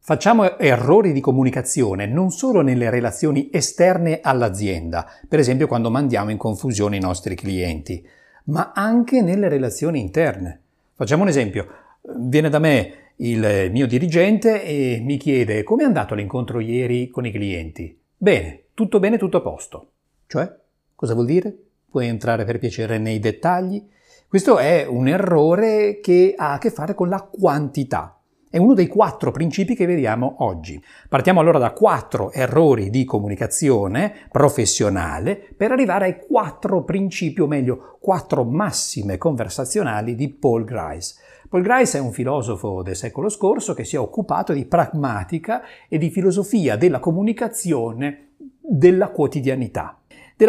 Facciamo errori di comunicazione non solo nelle relazioni esterne all'azienda, per esempio quando mandiamo in confusione i nostri clienti, ma anche nelle relazioni interne. Facciamo un esempio. Viene da me il mio dirigente e mi chiede: come è andato l'incontro ieri con i clienti? Bene, tutto a posto. Cioè, cosa vuol dire? Puoi entrare per piacere nei dettagli? Questo è un errore che ha a che fare con la quantità. È uno dei 4 principi che vediamo oggi. Partiamo allora da 4 errori di comunicazione professionale per arrivare ai 4 principi, o meglio, 4 massime conversazionali di Paul Grice. Paul Grice è un filosofo del secolo scorso che si è occupato di pragmatica e di filosofia della comunicazione della quotidianità.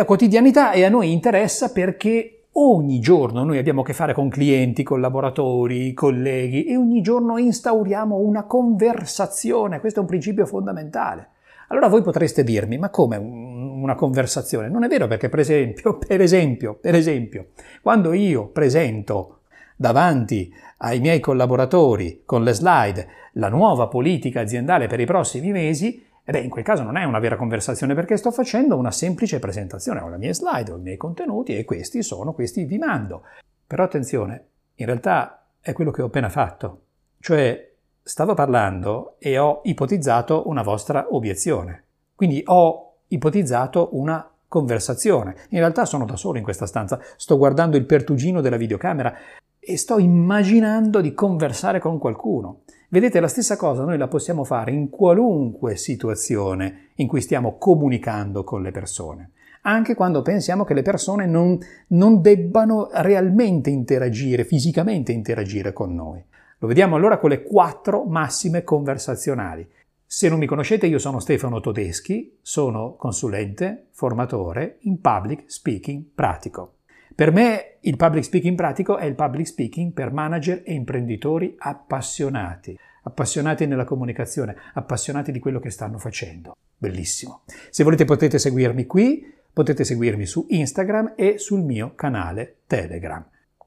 E a noi interessa perché ogni giorno noi abbiamo a che fare con clienti, collaboratori, colleghi e ogni giorno instauriamo una conversazione. Questo è un principio fondamentale. Allora voi potreste dirmi: ma come una conversazione? Non è vero, perché per esempio, quando io presento davanti ai miei collaboratori con le slide la nuova politica aziendale per i prossimi mesi, in quel caso non è una vera conversazione, perché sto facendo una semplice presentazione, ho le mie slide, ho i miei contenuti e questi vi mando. Però attenzione, in realtà è quello che ho appena fatto. Cioè, stavo parlando e ho ipotizzato una vostra obiezione. Quindi ho ipotizzato una conversazione. In realtà sono da solo in questa stanza, sto guardando il pertugino della videocamera e sto immaginando di conversare con qualcuno. Vedete, la stessa cosa noi la possiamo fare in qualunque situazione in cui stiamo comunicando con le persone, anche quando pensiamo che le persone non debbano realmente interagire, fisicamente interagire con noi. Lo vediamo allora con le 4 massime conversazionali. Se non mi conoscete, io sono Stefano Todeschi, sono consulente, formatore in public speaking pratico. Per me il public speaking pratico è il public speaking per manager e imprenditori appassionati nella comunicazione, appassionati di quello che stanno facendo. Bellissimo. Se volete potete seguirmi qui, potete seguirmi su Instagram e sul mio canale Telegram.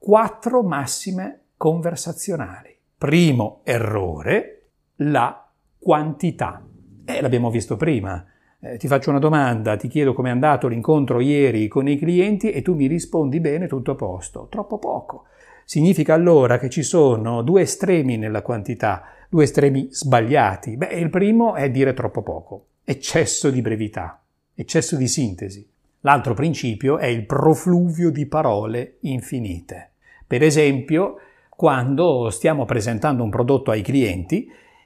4 massime conversazionali. Primo errore, la quantità. L'abbiamo visto prima. Ti faccio una domanda, ti chiedo come è andato l'incontro ieri con i clienti e tu mi rispondi bene, tutto a posto. Troppo poco. Significa allora che ci sono 2 estremi nella quantità, 2 estremi sbagliati. Il primo è dire troppo poco, eccesso di brevità, eccesso di sintesi. L'altro principio è il profluvio di parole infinite. Per esempio, quando stiamo presentando un prodotto ai clienti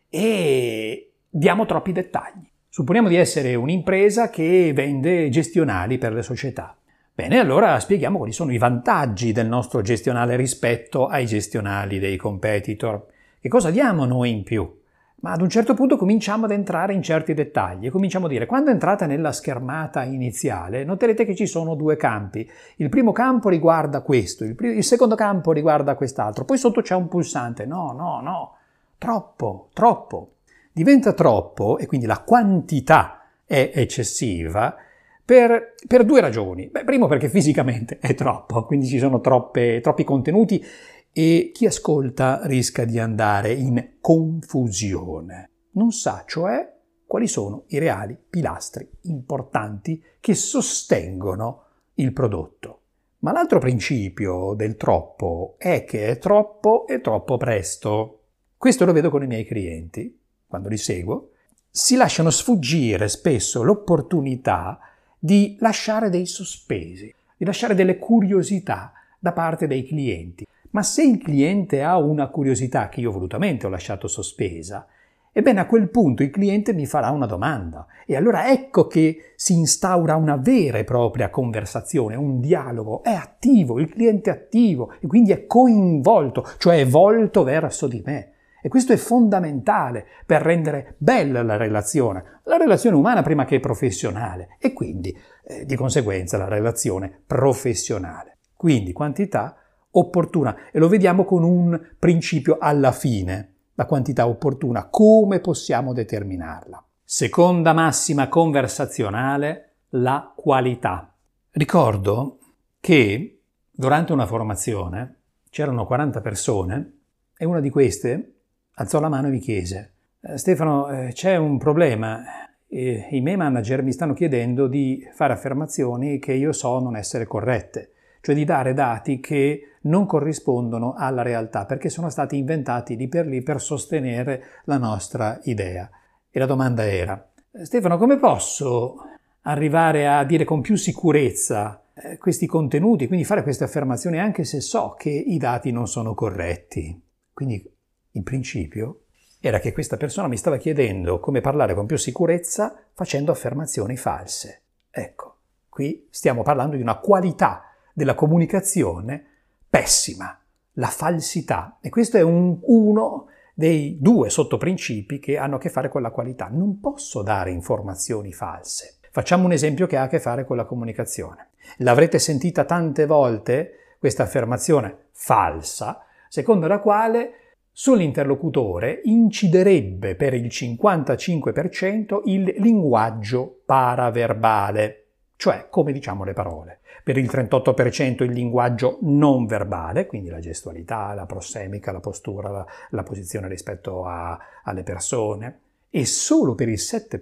e diamo troppi dettagli. Supponiamo di essere un'impresa che vende gestionali per le società. Bene, allora spieghiamo quali sono i vantaggi del nostro gestionale rispetto ai gestionali dei competitor. Che cosa diamo noi in più? Ma ad un certo punto cominciamo ad entrare in certi dettagli e cominciamo a dire: quando entrate nella schermata iniziale noterete che ci sono 2 campi. Il primo campo riguarda questo, il secondo campo riguarda quest'altro, poi sotto c'è un pulsante. No, troppo. Diventa troppo e quindi la quantità è eccessiva per 2 ragioni. Primo, perché fisicamente è troppo, quindi ci sono troppi contenuti e chi ascolta rischia di andare in confusione. Non sa cioè quali sono i reali pilastri importanti che sostengono il prodotto. Ma l'altro principio del troppo è che è troppo e troppo presto. Questo lo vedo con i miei clienti. Quando li seguo, si lasciano sfuggire spesso l'opportunità di lasciare dei sospesi, di lasciare delle curiosità da parte dei clienti. Ma se il cliente ha una curiosità che io volutamente ho lasciato sospesa, ebbene a quel punto il cliente mi farà una domanda e allora ecco che si instaura una vera e propria conversazione, un dialogo, è attivo, il cliente è attivo e quindi è coinvolto, cioè è volto verso di me. E questo è fondamentale per rendere bella la relazione umana prima che professionale e quindi di conseguenza la relazione professionale. Quindi quantità opportuna e lo vediamo con un principio alla fine, la quantità opportuna, come possiamo determinarla. Seconda massima conversazionale, la qualità. Ricordo che durante una formazione c'erano 40 persone e una di queste alzò la mano e mi chiese: Stefano, c'è un problema. I miei manager mi stanno chiedendo di fare affermazioni che io so non essere corrette, cioè di dare dati che non corrispondono alla realtà, perché sono stati inventati lì per sostenere la nostra idea. E la domanda era: Stefano, come posso arrivare a dire con più sicurezza questi contenuti, quindi fare queste affermazioni anche se so che i dati non sono corretti? Quindi il principio era che questa persona mi stava chiedendo come parlare con più sicurezza facendo affermazioni false. Ecco, qui stiamo parlando di una qualità della comunicazione pessima, la falsità. E questo è uno dei 2 sottoprincipi che hanno a che fare con la qualità. Non posso dare informazioni false. Facciamo un esempio che ha a che fare con la comunicazione. L'avrete sentita tante volte, questa affermazione falsa, secondo la quale sull'interlocutore inciderebbe per il 55% il linguaggio paraverbale, cioè come diciamo le parole. Per il 38% il linguaggio non verbale, quindi la gestualità, la prossemica, la postura, la posizione rispetto alle persone, e solo per il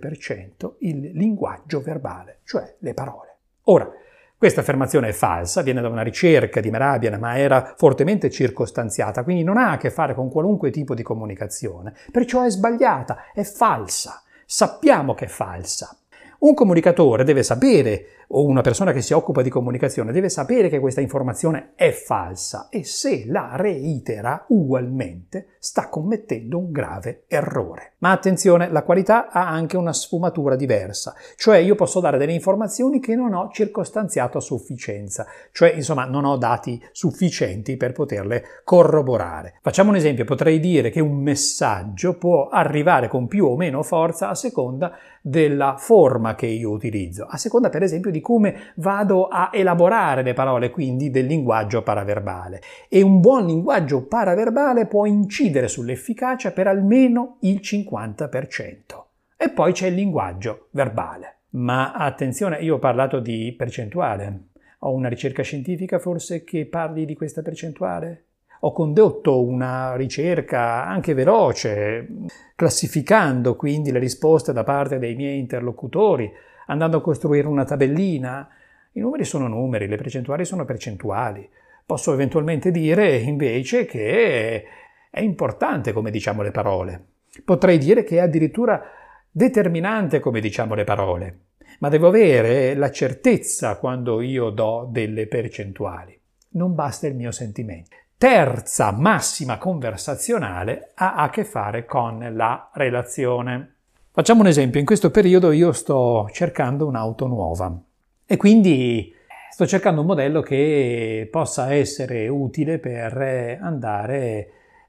7% il linguaggio verbale, cioè le parole. Ora, questa affermazione è falsa, viene da una ricerca di Mehrabian, ma era fortemente circostanziata, quindi non ha a che fare con qualunque tipo di comunicazione, perciò è sbagliata, è falsa. Sappiamo che è falsa. Un comunicatore deve sapere, o una persona che si occupa di comunicazione deve sapere che questa informazione è falsa e se la reitera ugualmente sta commettendo un grave errore. Ma attenzione, la qualità ha anche una sfumatura diversa, cioè io posso dare delle informazioni che non ho circostanziato a sufficienza, cioè insomma non ho dati sufficienti per poterle corroborare. Facciamo un esempio, potrei dire che un messaggio può arrivare con più o meno forza a seconda della forma che io utilizzo, a seconda per esempio di come vado a elaborare le parole, quindi del linguaggio paraverbale. E un buon linguaggio paraverbale può incidere sull'efficacia per almeno il 50%. E poi c'è il linguaggio verbale. Ma attenzione, io ho parlato di percentuale. Ho una ricerca scientifica forse che parli di questa percentuale? Ho condotto una ricerca anche veloce, classificando quindi le risposte da parte dei miei interlocutori, andando a costruire una tabellina. I numeri sono numeri, le percentuali sono percentuali. Posso eventualmente dire invece che è importante come diciamo le parole. Potrei dire che è addirittura determinante come diciamo le parole, ma devo avere la certezza quando io do delle percentuali. Non basta il mio sentimento. Terza massima conversazionale ha a che fare con la relazione. Facciamo un esempio, in questo periodo io sto cercando un'auto nuova e quindi sto cercando un modello che possa essere utile per andare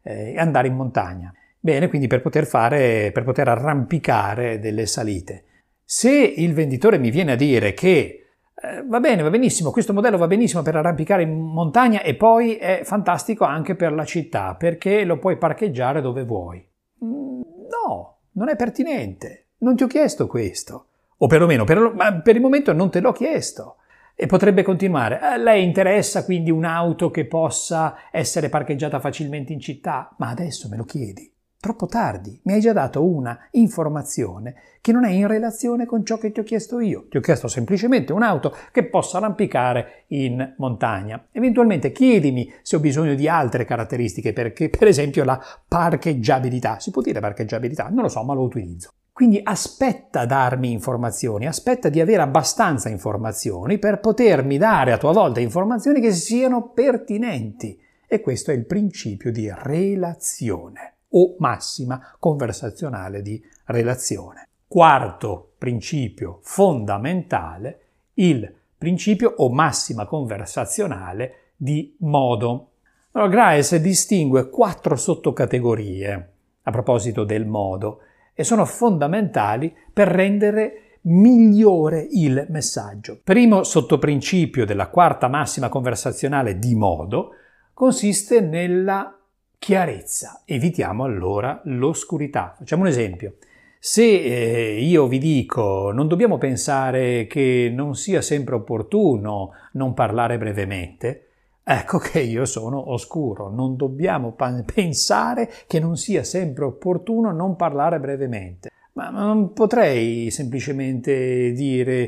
in montagna. Bene, quindi per poter arrampicare delle salite. Se il venditore mi viene a dire che va bene, va benissimo, questo modello va benissimo per arrampicare in montagna e poi è fantastico anche per la città, perché lo puoi parcheggiare dove vuoi. No, non è pertinente, non ti ho chiesto questo, o perlomeno per il momento non te l'ho chiesto. E potrebbe continuare. A lei interessa quindi un'auto che possa essere parcheggiata facilmente in città? Ma adesso me lo chiedi. Troppo tardi, mi hai già dato una informazione che non è in relazione con ciò che ti ho chiesto io. Ti ho chiesto semplicemente un'auto che possa arrampicare in montagna. Eventualmente chiedimi se ho bisogno di altre caratteristiche, perché per esempio la parcheggiabilità. Si può dire parcheggiabilità? Non lo so, ma lo utilizzo. Quindi aspetta a darmi informazioni, aspetta di avere abbastanza informazioni per potermi dare a tua volta informazioni che siano pertinenti. E questo è il principio di relazione o massima conversazionale di relazione. Quarto principio fondamentale, il principio o massima conversazionale di modo. Allora, Graes distingue 4 sottocategorie a proposito del modo e sono fondamentali per rendere migliore il messaggio. Primo sottoprincipio della quarta massima conversazionale di modo consiste nella chiarezza. Evitiamo allora l'oscurità. Facciamo un esempio. Se io vi dico non dobbiamo pensare che non sia sempre opportuno non parlare brevemente, Ecco che io sono oscuro, non dobbiamo pensare che non sia sempre opportuno non parlare brevemente. Ma non potrei semplicemente dire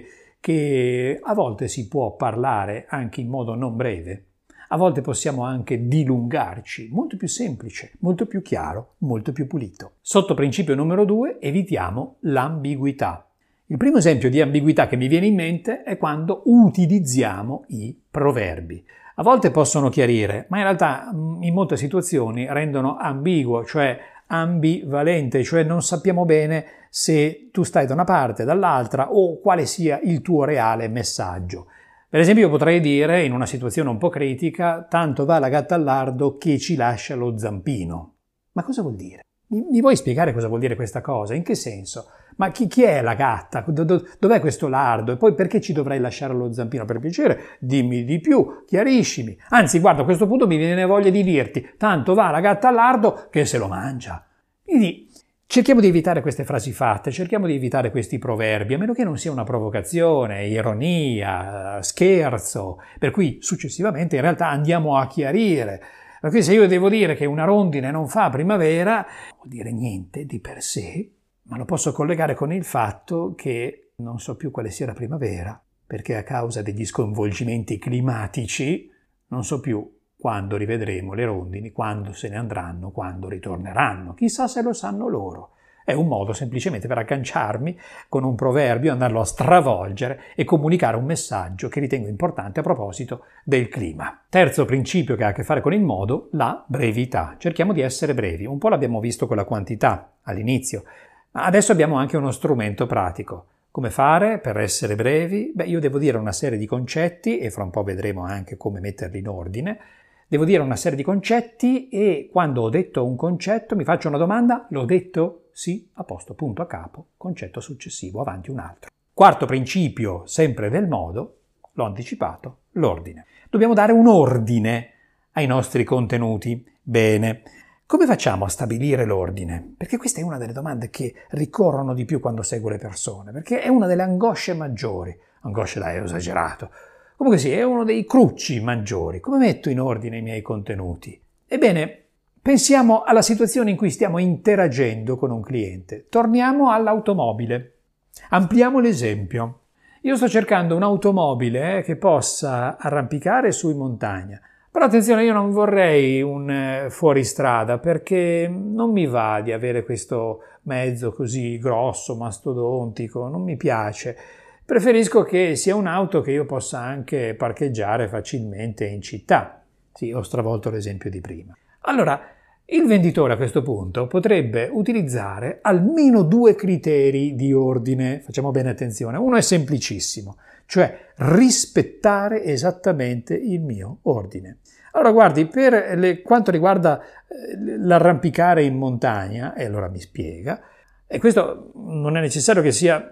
che a volte si può parlare anche in modo non breve? A volte possiamo anche dilungarci, molto più semplice, molto più chiaro, molto più pulito. Sotto principio numero 2, evitiamo l'ambiguità. Il primo esempio di ambiguità che mi viene in mente è quando utilizziamo i proverbi. A volte possono chiarire, ma in realtà in molte situazioni rendono ambiguo, cioè ambivalente, cioè non sappiamo bene se tu stai da una parte, dall'altra o quale sia il tuo reale messaggio. Per esempio io potrei dire, in una situazione un po' critica, tanto va la gatta al lardo che ci lascia lo zampino. Ma cosa vuol dire? Mi vuoi spiegare cosa vuol dire questa cosa? In che senso? Ma chi è la gatta? Dov'è questo lardo? E poi perché ci dovrei lasciare lo zampino? Per piacere, dimmi di più, chiariscimi. Anzi, guarda, a questo punto mi viene voglia di dirti, tanto va la gatta al lardo che se lo mangia. Quindi cerchiamo di evitare queste frasi fatte, cerchiamo di evitare questi proverbi, a meno che non sia una provocazione, ironia, scherzo, per cui successivamente in realtà andiamo a chiarire. Perché se io devo dire che una rondine non fa primavera, non vuol dire niente di per sé, ma lo posso collegare con il fatto che non so più quale sia la primavera, perché a causa degli sconvolgimenti climatici non so più quando rivedremo le rondini, quando se ne andranno, quando ritorneranno. Chissà se lo sanno loro. È un modo semplicemente per agganciarmi con un proverbio, andarlo a stravolgere e comunicare un messaggio che ritengo importante a proposito del clima. Terzo principio che ha a che fare con il modo, la brevità. Cerchiamo di essere brevi. Un po' l'abbiamo visto con la quantità all'inizio, ma adesso abbiamo anche uno strumento pratico. Come fare per essere brevi? Io devo dire una serie di concetti e fra un po' vedremo anche come metterli in ordine. Devo dire una serie di concetti e quando ho detto un concetto mi faccio una domanda, l'ho detto? Sì, a posto, punto a capo, concetto successivo, avanti un altro. Quarto principio, sempre del modo, l'ho anticipato, l'ordine. Dobbiamo dare un ordine ai nostri contenuti. Bene, come facciamo a stabilire l'ordine? Perché questa è una delle domande che ricorrono di più quando seguo le persone, perché è una delle angosce maggiori. Angosce dai, è esagerato. Comunque sì, è uno dei crucci maggiori. Come metto in ordine i miei contenuti? Ebbene, pensiamo alla situazione in cui stiamo interagendo con un cliente. Torniamo all'automobile. Ampliamo l'esempio. Io sto cercando un'automobile che possa arrampicare su in montagna. Però attenzione, io non vorrei un fuoristrada perché non mi va di avere questo mezzo così grosso, mastodontico, non mi piace. Preferisco che sia un'auto che io possa anche parcheggiare facilmente in città. Sì, ho stravolto l'esempio di prima. Allora, il venditore a questo punto potrebbe utilizzare almeno 2 criteri di ordine. Facciamo bene attenzione. Uno è semplicissimo, cioè rispettare esattamente il mio ordine. Allora, guardi, per quanto riguarda l'arrampicare in montagna, e allora mi spiega, e questo non è necessario che sia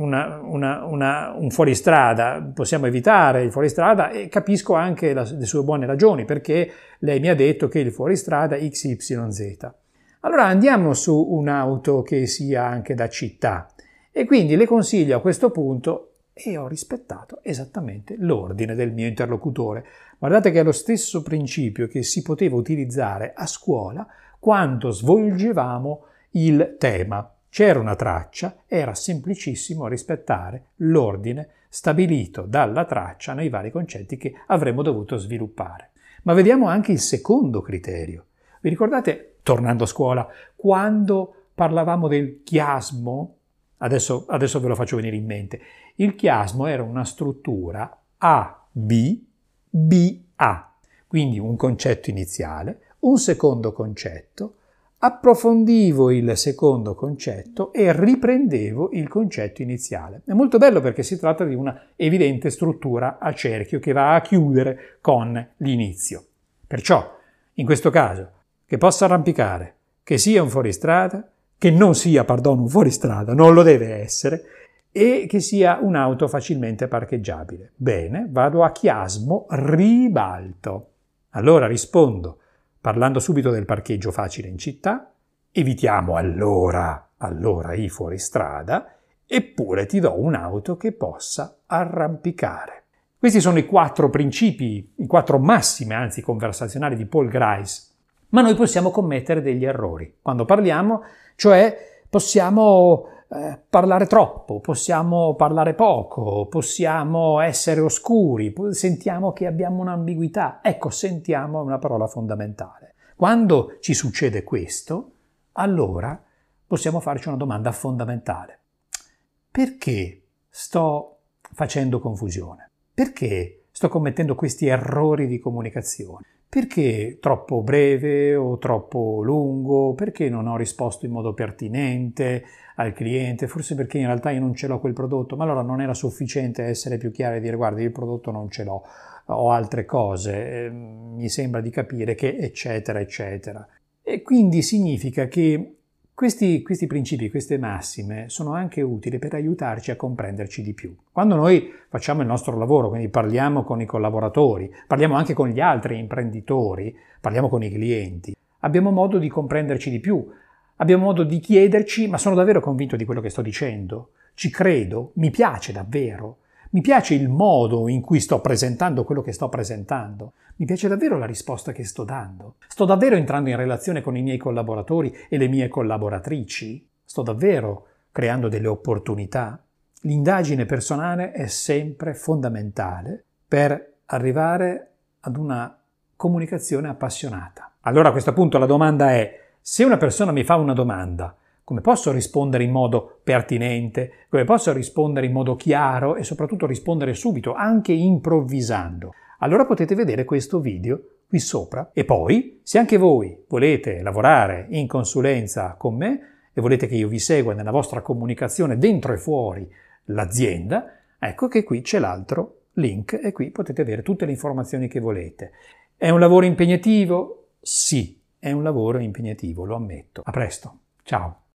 un fuoristrada, possiamo evitare il fuoristrada e capisco anche le sue buone ragioni perché lei mi ha detto che il fuoristrada XYZ. Allora andiamo su un'auto che sia anche da città e quindi le consiglio a questo punto e ho rispettato esattamente l'ordine del mio interlocutore. Guardate che è lo stesso principio che si poteva utilizzare a scuola quando svolgevamo il tema. C'era una traccia, era semplicissimo rispettare l'ordine stabilito dalla traccia nei vari concetti che avremmo dovuto sviluppare. Ma vediamo anche il secondo criterio. Vi ricordate, tornando a scuola, quando parlavamo del chiasmo? Adesso ve lo faccio venire in mente. Il chiasmo era una struttura A-B, B-A, quindi un concetto iniziale, un secondo concetto, approfondivo il secondo concetto e riprendevo il concetto iniziale. È molto bello perché si tratta di una evidente struttura a cerchio che va a chiudere con l'inizio. Perciò, in questo caso, che possa arrampicare, che sia un fuoristrada, che non sia, un fuoristrada, non lo deve essere, e che sia un'auto facilmente parcheggiabile. Bene, vado a chiasmo, ribalto. Allora rispondo, parlando subito del parcheggio facile in città, evitiamo allora i fuoristrada, eppure ti do un'auto che possa arrampicare. Questi sono i 4 principi, i 4 massime, anzi conversazionali di Paul Grice. Ma noi possiamo commettere degli errori quando parliamo, cioè possiamo parlare troppo, possiamo parlare poco, possiamo essere oscuri, sentiamo che abbiamo un'ambiguità. Ecco, sentiamo è una parola fondamentale. Quando ci succede questo, allora possiamo farci una domanda fondamentale. Perché sto facendo confusione? Perché sto commettendo questi errori di comunicazione? Perché troppo breve o troppo lungo? Perché non ho risposto in modo pertinente al cliente? Forse perché in realtà io non ce l'ho quel prodotto, ma allora non era sufficiente essere più chiaro e dire guarda, il prodotto non ce l'ho, ho altre cose, mi sembra di capire che eccetera eccetera. E quindi significa che questi principi, queste massime sono anche utili per aiutarci a comprenderci di più. Quando noi facciamo il nostro lavoro, quindi parliamo con i collaboratori, parliamo anche con gli altri imprenditori, parliamo con i clienti, abbiamo modo di comprenderci di più, abbiamo modo di chiederci ma sono davvero convinto di quello che sto dicendo? Ci credo? Mi piace davvero? Mi piace il modo in cui sto presentando quello che sto presentando? Mi piace davvero la risposta che sto dando? Sto davvero entrando in relazione con i miei collaboratori e le mie collaboratrici? Sto davvero creando delle opportunità? L'indagine personale è sempre fondamentale per arrivare ad una comunicazione appassionata. Allora a questo punto la domanda è: se una persona mi fa una domanda, come posso rispondere in modo pertinente? Come posso rispondere in modo chiaro e soprattutto rispondere subito, anche improvvisando? Allora potete vedere questo video qui sopra. E poi, se anche voi volete lavorare in consulenza con me e volete che io vi segua nella vostra comunicazione dentro e fuori l'azienda, ecco che qui c'è l'altro link e qui potete avere tutte le informazioni che volete. È un lavoro impegnativo? Sì, è un lavoro impegnativo, lo ammetto. A presto. Ciao.